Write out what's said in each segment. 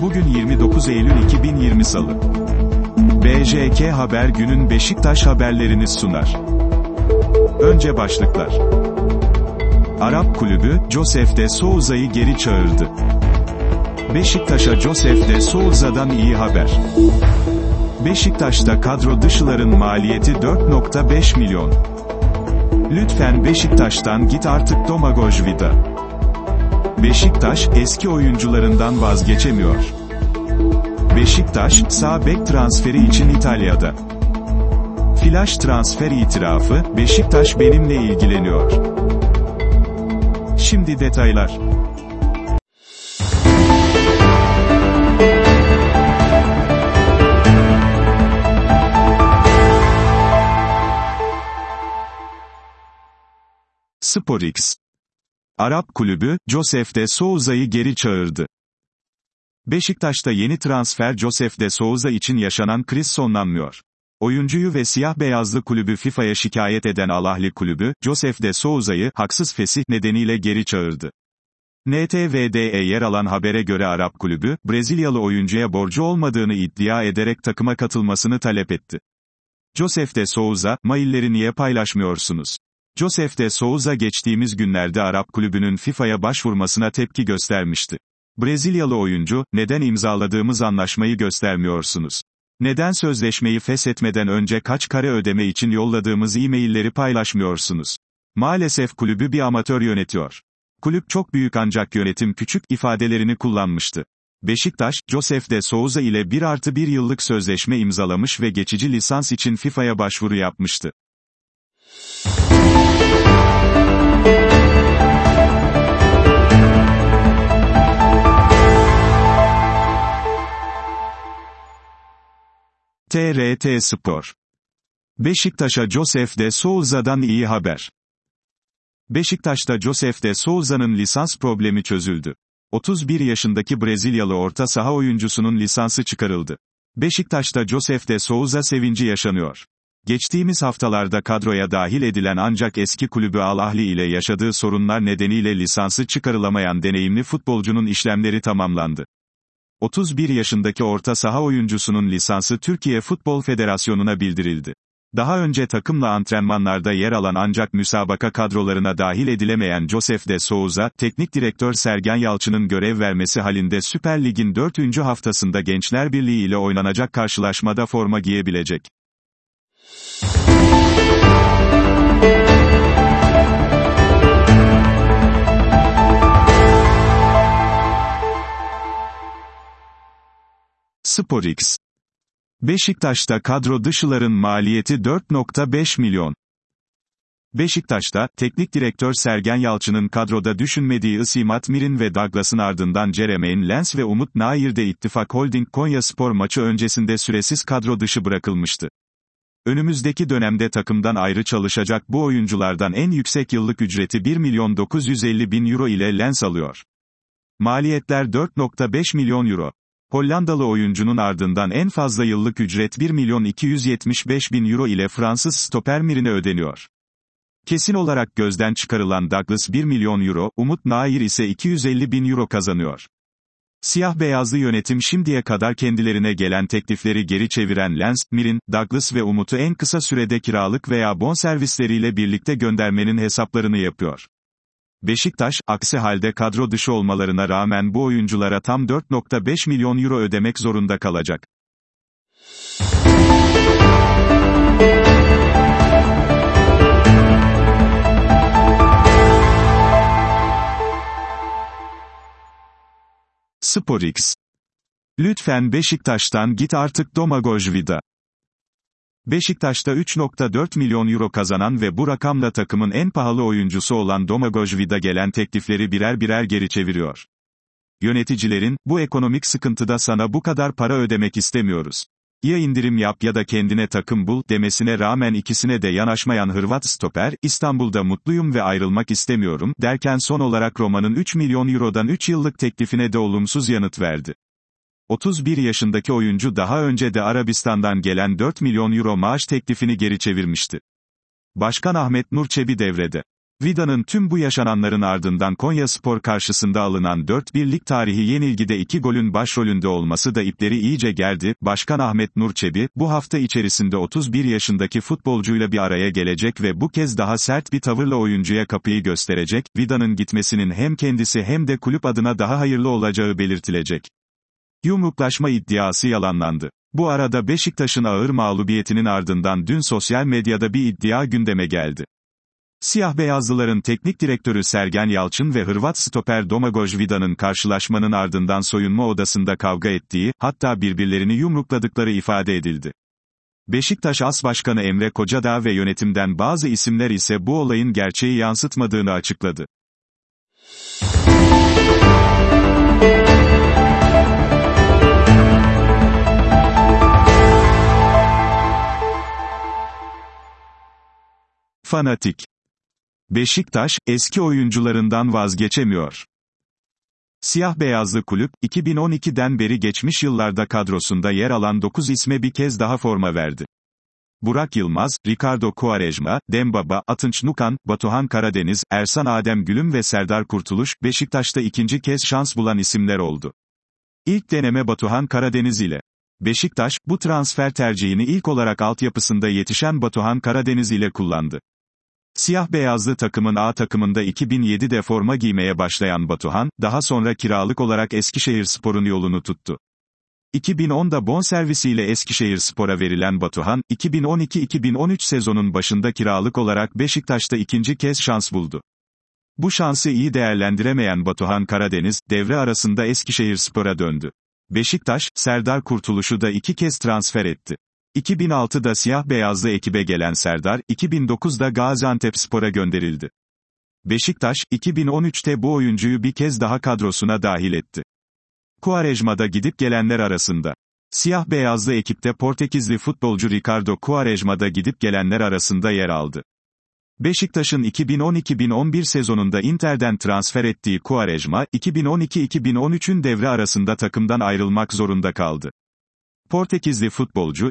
Bugün 29 Eylül 2020 Salı. BJK Haber günün Beşiktaş haberlerini sunar. Önce başlıklar. Arap kulübü, Josef de Souza'yı geri çağırdı. Beşiktaş'a Josef de Souza'dan iyi haber. Beşiktaş'ta kadro dışıların maliyeti 4,5 milyon. Lütfen Beşiktaş'tan git artık Domagoj Vida. Beşiktaş, eski oyuncularından vazgeçemiyor. Beşiktaş, sağ bek transferi için İtalya'da. Flash transfer itirafı, Beşiktaş benimle ilgileniyor. Şimdi detaylar. SporX. Arap kulübü, Josef de Souza'yı geri çağırdı. Beşiktaş'ta yeni transfer Josef de Souza için yaşanan kriz sonlanmıyor. Oyuncuyu ve siyah beyazlı kulübü FIFA'ya şikayet eden Al Ahly kulübü, Josef de Souza'yı haksız fesih nedeniyle geri çağırdı. NTV'de yer alan habere göre Arap kulübü, Brezilyalı oyuncuya borcu olmadığını iddia ederek takıma katılmasını talep etti. Josef de Souza, mailleri niye paylaşmıyorsunuz? Josef de Souza geçtiğimiz günlerde Arap kulübünün FIFA'ya başvurmasına tepki göstermişti. Brezilyalı oyuncu, neden imzaladığımız anlaşmayı göstermiyorsunuz? Neden sözleşmeyi feshetmeden önce kaç kare ödeme için yolladığımız e-mailleri paylaşmıyorsunuz? Maalesef kulübü bir amatör yönetiyor. Kulüp çok büyük ancak yönetim küçük ifadelerini kullanmıştı. Beşiktaş, Josef de Souza ile 1+1 yıllık sözleşme imzalamış ve geçici lisans için FIFA'ya başvuru yapmıştı. TRT Spor. Beşiktaş'a Josef de Souza'dan iyi haber. Beşiktaş'ta Josef de Souza'nın lisans problemi çözüldü. 31 yaşındaki Brezilyalı orta saha oyuncusunun lisansı çıkarıldı. Beşiktaş'ta Josef de Souza sevinci yaşanıyor. Geçtiğimiz haftalarda kadroya dahil edilen ancak eski kulübü Al Ahly ile yaşadığı sorunlar nedeniyle lisansı çıkarılamayan deneyimli futbolcunun işlemleri tamamlandı. 31 yaşındaki orta saha oyuncusunun lisansı Türkiye Futbol Federasyonu'na bildirildi. Daha önce takımla antrenmanlarda yer alan ancak müsabaka kadrolarına dahil edilemeyen Josef de Souza, teknik direktör Sergen Yalçın'ın görev vermesi halinde Süper Lig'in 4. haftasında Gençler Birliği ile oynanacak karşılaşmada forma giyebilecek. SporX. Beşiktaş'ta kadro dışıların maliyeti 4,5 milyon. Beşiktaş'ta, teknik direktör Sergen Yalçın'ın kadroda düşünmediği Isimat Mirin ve Douglas'ın ardından Jeremaine Lens ve Umut Nayir de İttifak Holding Konyaspor maçı öncesinde süresiz kadro dışı bırakılmıştı. Önümüzdeki dönemde takımdan ayrı çalışacak bu oyunculardan en yüksek yıllık ücreti 1.950.000 euro ile Lens alıyor. Maliyetler 4,5 milyon euro. Hollandalı oyuncunun ardından en fazla yıllık ücret 1.275.000 euro ile Fransız stoper Mirin'e ödeniyor. Kesin olarak gözden çıkarılan Douglas 1 milyon euro, Umut Nayir ise 250.000 euro kazanıyor. Siyah-beyazlı yönetim şimdiye kadar kendilerine gelen teklifleri geri çeviren Lens, Mirin, Douglas ve Umut'u en kısa sürede kiralık veya bonservisleriyle birlikte göndermenin hesaplarını yapıyor. Beşiktaş, aksi halde kadro dışı olmalarına rağmen bu oyunculara tam 4,5 milyon euro ödemek zorunda kalacak. SporX. Lütfen Beşiktaş'tan git artık Domagoj Vida. Beşiktaş'ta 3,4 milyon euro kazanan ve bu rakamla takımın en pahalı oyuncusu olan Domagoj Vida gelen teklifleri birer birer geri çeviriyor. Yöneticilerin, bu ekonomik sıkıntıda sana bu kadar para ödemek istemiyoruz. Ya indirim yap ya da kendine takım bul demesine rağmen ikisine de yanaşmayan Hırvat stoper, İstanbul'da mutluyum ve ayrılmak istemiyorum derken son olarak Roma'nın 3 milyon eurodan 3 yıllık teklifine de olumsuz yanıt verdi. 31 yaşındaki oyuncu daha önce de Arabistan'dan gelen 4 milyon euro maaş teklifini geri çevirmişti. Başkan Ahmet Nur Çebi devrede. Vida'nın tüm bu yaşananların ardından Konyaspor karşısında alınan 4-1'lik tarihi yenilgide 2 golün başrolünde olması da ipleri iyice gerdi. Başkan Ahmet Nur Çebi, bu hafta içerisinde 31 yaşındaki futbolcuyla bir araya gelecek ve bu kez daha sert bir tavırla oyuncuya kapıyı gösterecek. Vida'nın gitmesinin hem kendisi hem de kulüp adına daha hayırlı olacağı belirtilecek. Yumruklaşma iddiası yalanlandı. Bu arada Beşiktaş'ın ağır mağlubiyetinin ardından dün sosyal medyada bir iddia gündeme geldi. Siyah-beyazlıların teknik direktörü Sergen Yalçın ve Hırvat stoper Domagoj Vida'nın karşılaşmanın ardından soyunma odasında kavga ettiği, hatta birbirlerini yumrukladıkları ifade edildi. Beşiktaş As Başkanı Emre Kocadağ ve yönetimden bazı isimler ise bu olayın gerçeği yansıtmadığını açıkladı. Fanatik. Beşiktaş, eski oyuncularından vazgeçemiyor. Siyah-beyazlı kulüp, 2012'den beri geçmiş yıllarda kadrosunda yer alan 9 isme bir kez daha forma verdi. Burak Yılmaz, Ricardo Quaresma, Dembaba, Atınç Nukan, Batuhan Karadeniz, Ersan Adem Gülüm ve Serdar Kurtuluş, Beşiktaş'ta ikinci kez şans bulan isimler oldu. İlk deneme Batuhan Karadeniz ile. Beşiktaş, bu transfer tercihini ilk olarak altyapısında yetişen Batuhan Karadeniz ile kullandı. Siyah-beyazlı takımın A takımında 2007'de forma giymeye başlayan Batuhan, daha sonra kiralık olarak Eskişehirspor'un yolunu tuttu. 2010'da bonservisiyle Eskişehirspor'a verilen Batuhan, 2012-2013 sezonun başında kiralık olarak Beşiktaş'ta ikinci kez şans buldu. Bu şansı iyi değerlendiremeyen Batuhan Karadeniz, devre arasında Eskişehirspor'a döndü. Beşiktaş, Serdar Kurtuluş'u da 2 kez transfer etti. 2006'da siyah-beyazlı ekibe gelen Serdar, 2009'da Gaziantepspor'a gönderildi. Beşiktaş, 2013'te bu oyuncuyu bir kez daha kadrosuna dahil etti. Quaresma'da gidip gelenler arasında. Siyah-beyazlı ekipte Portekizli futbolcu Ricardo Quaresma'da gidip gelenler arasında yer aldı. Beşiktaş'ın 2010-2011 sezonunda Inter'den transfer ettiği Quaresma, 2012-2013'ün devre arasında takımdan ayrılmak zorunda kaldı. Portekizli futbolcu,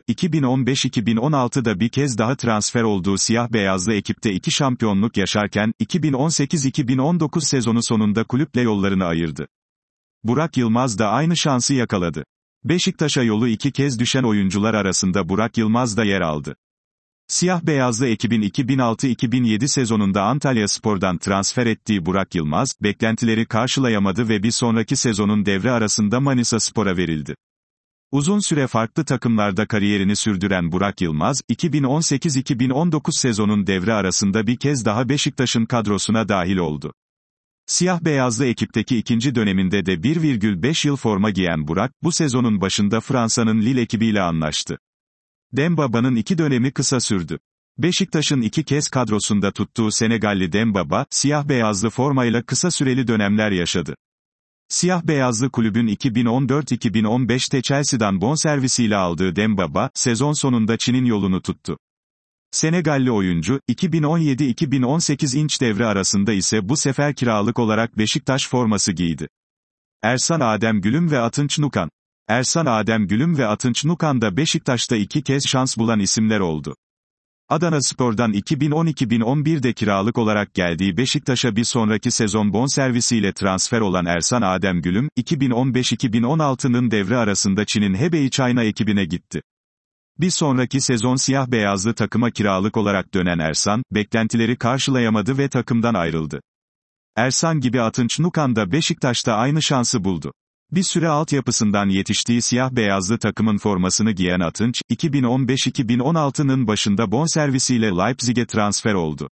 2015-2016'da bir kez daha transfer olduğu siyah-beyazlı ekipte 2 şampiyonluk yaşarken, 2018-2019 sezonu sonunda kulüple yollarını ayırdı. Burak Yılmaz da aynı şansı yakaladı. Beşiktaş'a yolu 2 kez düşen oyuncular arasında Burak Yılmaz da yer aldı. Siyah-beyazlı ekibin 2006-2007 sezonunda Antalyaspor'dan transfer ettiği Burak Yılmaz, beklentileri karşılayamadı ve bir sonraki sezonun devre arasında Manisaspor'a verildi. Uzun süre farklı takımlarda kariyerini sürdüren Burak Yılmaz, 2018-2019 sezonun devre arasında bir kez daha Beşiktaş'ın kadrosuna dahil oldu. Siyah-beyazlı ekipteki ikinci döneminde de 1,5 yıl forma giyen Burak, bu sezonun başında Fransa'nın Lille ekibiyle anlaştı. Dembaba'nın 2 dönemi kısa sürdü. Beşiktaş'ın 2 kez kadrosunda tuttuğu Senegalli Dembaba, siyah-beyazlı formayla kısa süreli dönemler yaşadı. Siyah-beyazlı kulübün 2014-2015'te Chelsea'dan bonservisiyle aldığı Dembaba, sezon sonunda Çin'in yolunu tuttu. Senegalli oyuncu, 2017-2018 inç devre arasında ise bu sefer kiralık olarak Beşiktaş forması giydi. Ersan Adem Gülüm ve Atınç Nukan. Ersan Adem Gülüm ve Atınç Nukan da Beşiktaş'ta 2 kez şans bulan isimler oldu. Adanaspor'dan 2010-2011'de kiralık olarak geldiği Beşiktaş'a bir sonraki sezon bonservisiyle transfer olan Ersan Adem Gülüm, 2015-2016'nın devre arasında Çin'in Hebei China ekibine gitti. Bir sonraki sezon siyah-beyazlı takıma kiralık olarak dönen Ersan, beklentileri karşılayamadı ve takımdan ayrıldı. Ersan gibi Atınç Nukan da Beşiktaş'ta aynı şansı buldu. Bir süre altyapısından yetiştiği siyah-beyazlı takımın formasını giyen Atınç, 2015-2016'nın başında bonservisiyle Leipzig'e transfer oldu.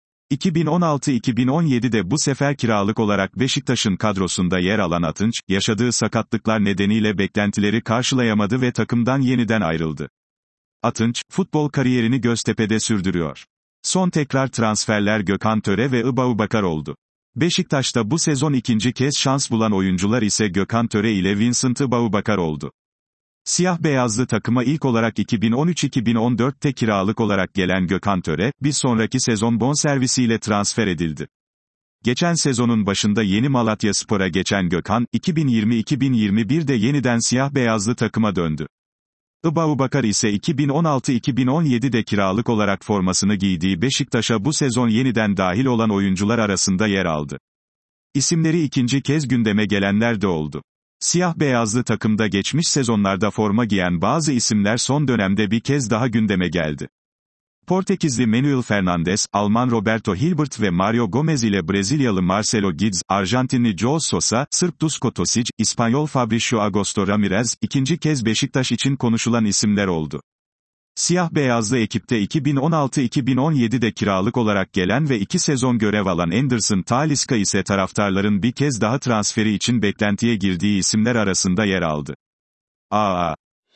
2016-2017'de bu sefer kiralık olarak Beşiktaş'ın kadrosunda yer alan Atınç, yaşadığı sakatlıklar nedeniyle beklentileri karşılayamadı ve takımdan yeniden ayrıldı. Atınç, futbol kariyerini Göztepe'de sürdürüyor. Son tekrar transferler Gökhan Töre ve Abubacar oldu. Beşiktaş'ta bu sezon ikinci kez şans bulan oyuncular ise Gökhan Töre ile Vincent Abubacar oldu. Siyah-beyazlı takıma ilk olarak 2013-2014'te kiralık olarak gelen Gökhan Töre, bir sonraki sezon bonservisiyle transfer edildi. Geçen sezonun başında Yeni Malatyaspor'a geçen Gökhan, 2020-2021'de yeniden siyah-beyazlı takıma döndü. Abubacar ise 2016-2017'de kiralık olarak formasını giydiği Beşiktaş'a bu sezon yeniden dahil olan oyuncular arasında yer aldı. İsimleri ikinci kez gündeme gelenler de oldu. Siyah-beyazlı takımda geçmiş sezonlarda forma giyen bazı isimler son dönemde bir kez daha gündeme geldi. Portekizli Manuel Fernandes, Alman Roberto Hilbert ve Mario Gomez ile Brezilyalı Marcelo Gibbs, Arjantinli João Sosa, Sırp Duško Tosić, İspanyol Fabricio Augusto Ramirez, ikinci kez Beşiktaş için konuşulan isimler oldu. Siyah-beyazlı ekipte 2016-2017'de kiralık olarak gelen ve 2 sezon görev alan Anderson Talisca ise taraftarların bir kez daha transferi için beklentiye girdiği isimler arasında yer aldı. AA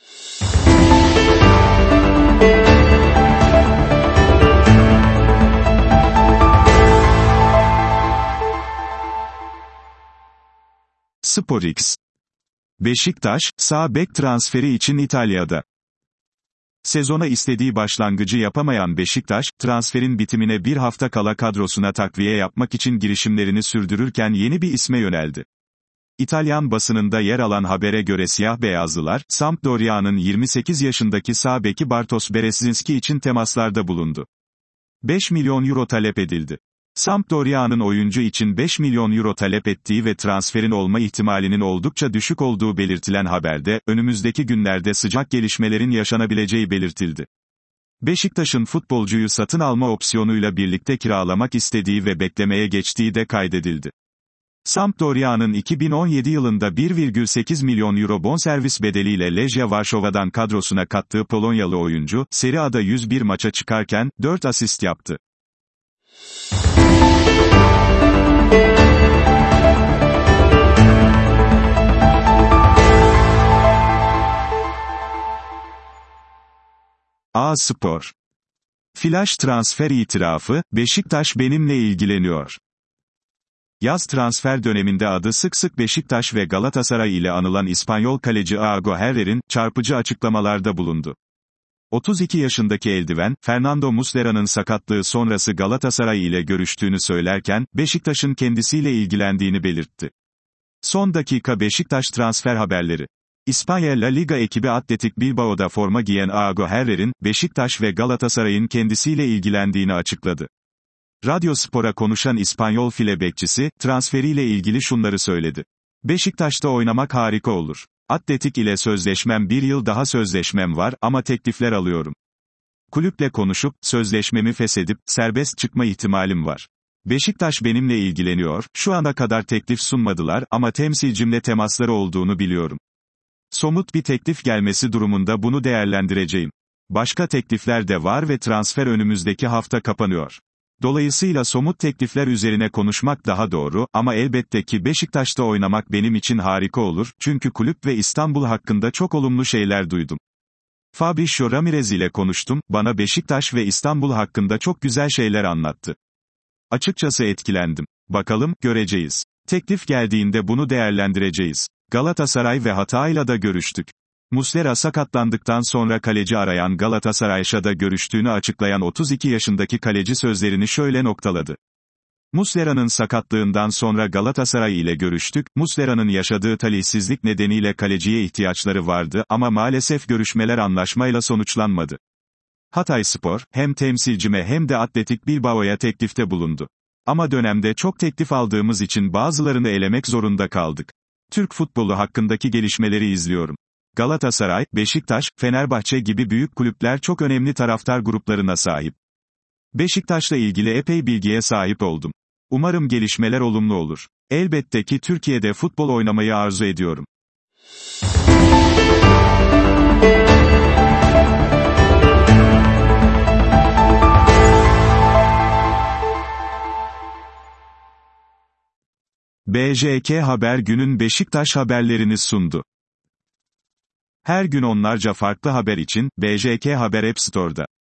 SporX. Beşiktaş, sağ bek transferi için İtalya'da. Sezona istediği başlangıcı yapamayan Beşiktaş, transferin bitimine bir hafta kala kadrosuna takviye yapmak için girişimlerini sürdürürken yeni bir isme yöneldi. İtalyan basınında yer alan habere göre siyah-beyazlılar, Sampdoria'nın 28 yaşındaki sağ beki Bartosz Berezinski için temaslarda bulundu. 5 milyon euro talep edildi. Sampdoria'nın oyuncu için 5 milyon euro talep ettiği ve transferin olma ihtimalinin oldukça düşük olduğu belirtilen haberde, önümüzdeki günlerde sıcak gelişmelerin yaşanabileceği belirtildi. Beşiktaş'ın futbolcuyu satın alma opsiyonuyla birlikte kiralamak istediği ve beklemeye geçtiği de kaydedildi. Sampdoria'nın 2017 yılında 1,8 milyon euro bonservis bedeliyle Legia Varşova'dan kadrosuna kattığı Polonyalı oyuncu, Serie A'da 101 maça çıkarken, 4 asist yaptı. A-Spor. Flash transfer itirafı, Beşiktaş benimle ilgileniyor. Yaz transfer döneminde adı sık sık Beşiktaş ve Galatasaray ile anılan İspanyol kaleci Hugo Herrer'in, çarpıcı açıklamalarda bulundu. 32 yaşındaki eldiven, Fernando Muslera'nın sakatlığı sonrası Galatasaray ile görüştüğünü söylerken, Beşiktaş'ın kendisiyle ilgilendiğini belirtti. Son dakika Beşiktaş transfer haberleri. İspanya La Liga ekibi Athletic Bilbao'da forma giyen Hugo Herrer'in, Beşiktaş ve Galatasaray'ın kendisiyle ilgilendiğini açıkladı. Radyo Spor'a konuşan İspanyol file bekçisi, transferiyle ilgili şunları söyledi. Beşiktaş'ta oynamak harika olur. Athletic ile sözleşmem, bir yıl daha sözleşmem var ama teklifler alıyorum. Kulüple konuşup, sözleşmemi feshedip, serbest çıkma ihtimalim var. Beşiktaş benimle ilgileniyor, şu ana kadar teklif sunmadılar ama temsilcimle temasları olduğunu biliyorum. Somut bir teklif gelmesi durumunda bunu değerlendireceğim. Başka teklifler de var ve transfer önümüzdeki hafta kapanıyor. Dolayısıyla somut teklifler üzerine konuşmak daha doğru, ama elbette ki Beşiktaş'ta oynamak benim için harika olur, çünkü kulüp ve İstanbul hakkında çok olumlu şeyler duydum. Fabricio Ramirez ile konuştum, bana Beşiktaş ve İstanbul hakkında çok güzel şeyler anlattı. Açıkçası etkilendim. Bakalım, göreceğiz. Teklif geldiğinde bunu değerlendireceğiz. Galatasaray ve Hatay'la da görüştük. Muslera sakatlandıktan sonra kaleci arayan Galatasaray'la görüştüğünü açıklayan 32 yaşındaki kaleci sözlerini şöyle noktaladı. Muslera'nın sakatlığından sonra Galatasaray ile görüştük, Muslera'nın yaşadığı talihsizlik nedeniyle kaleciye ihtiyaçları vardı ama maalesef görüşmeler anlaşmayla sonuçlanmadı. Hatayspor, hem temsilcime hem de Athletic Bilbao'ya teklifte bulundu. Ama dönemde çok teklif aldığımız için bazılarını elemek zorunda kaldık. Türk futbolu hakkındaki gelişmeleri izliyorum. Galatasaray, Beşiktaş, Fenerbahçe gibi büyük kulüpler çok önemli taraftar gruplarına sahip. Beşiktaş'la ilgili epey bilgiye sahip oldum. Umarım gelişmeler olumlu olur. Elbette ki Türkiye'de futbol oynamayı arzu ediyorum. BJK Haber günün Beşiktaş haberlerini sundu. Her gün onlarca farklı haber için, BJK Haber App Store'da.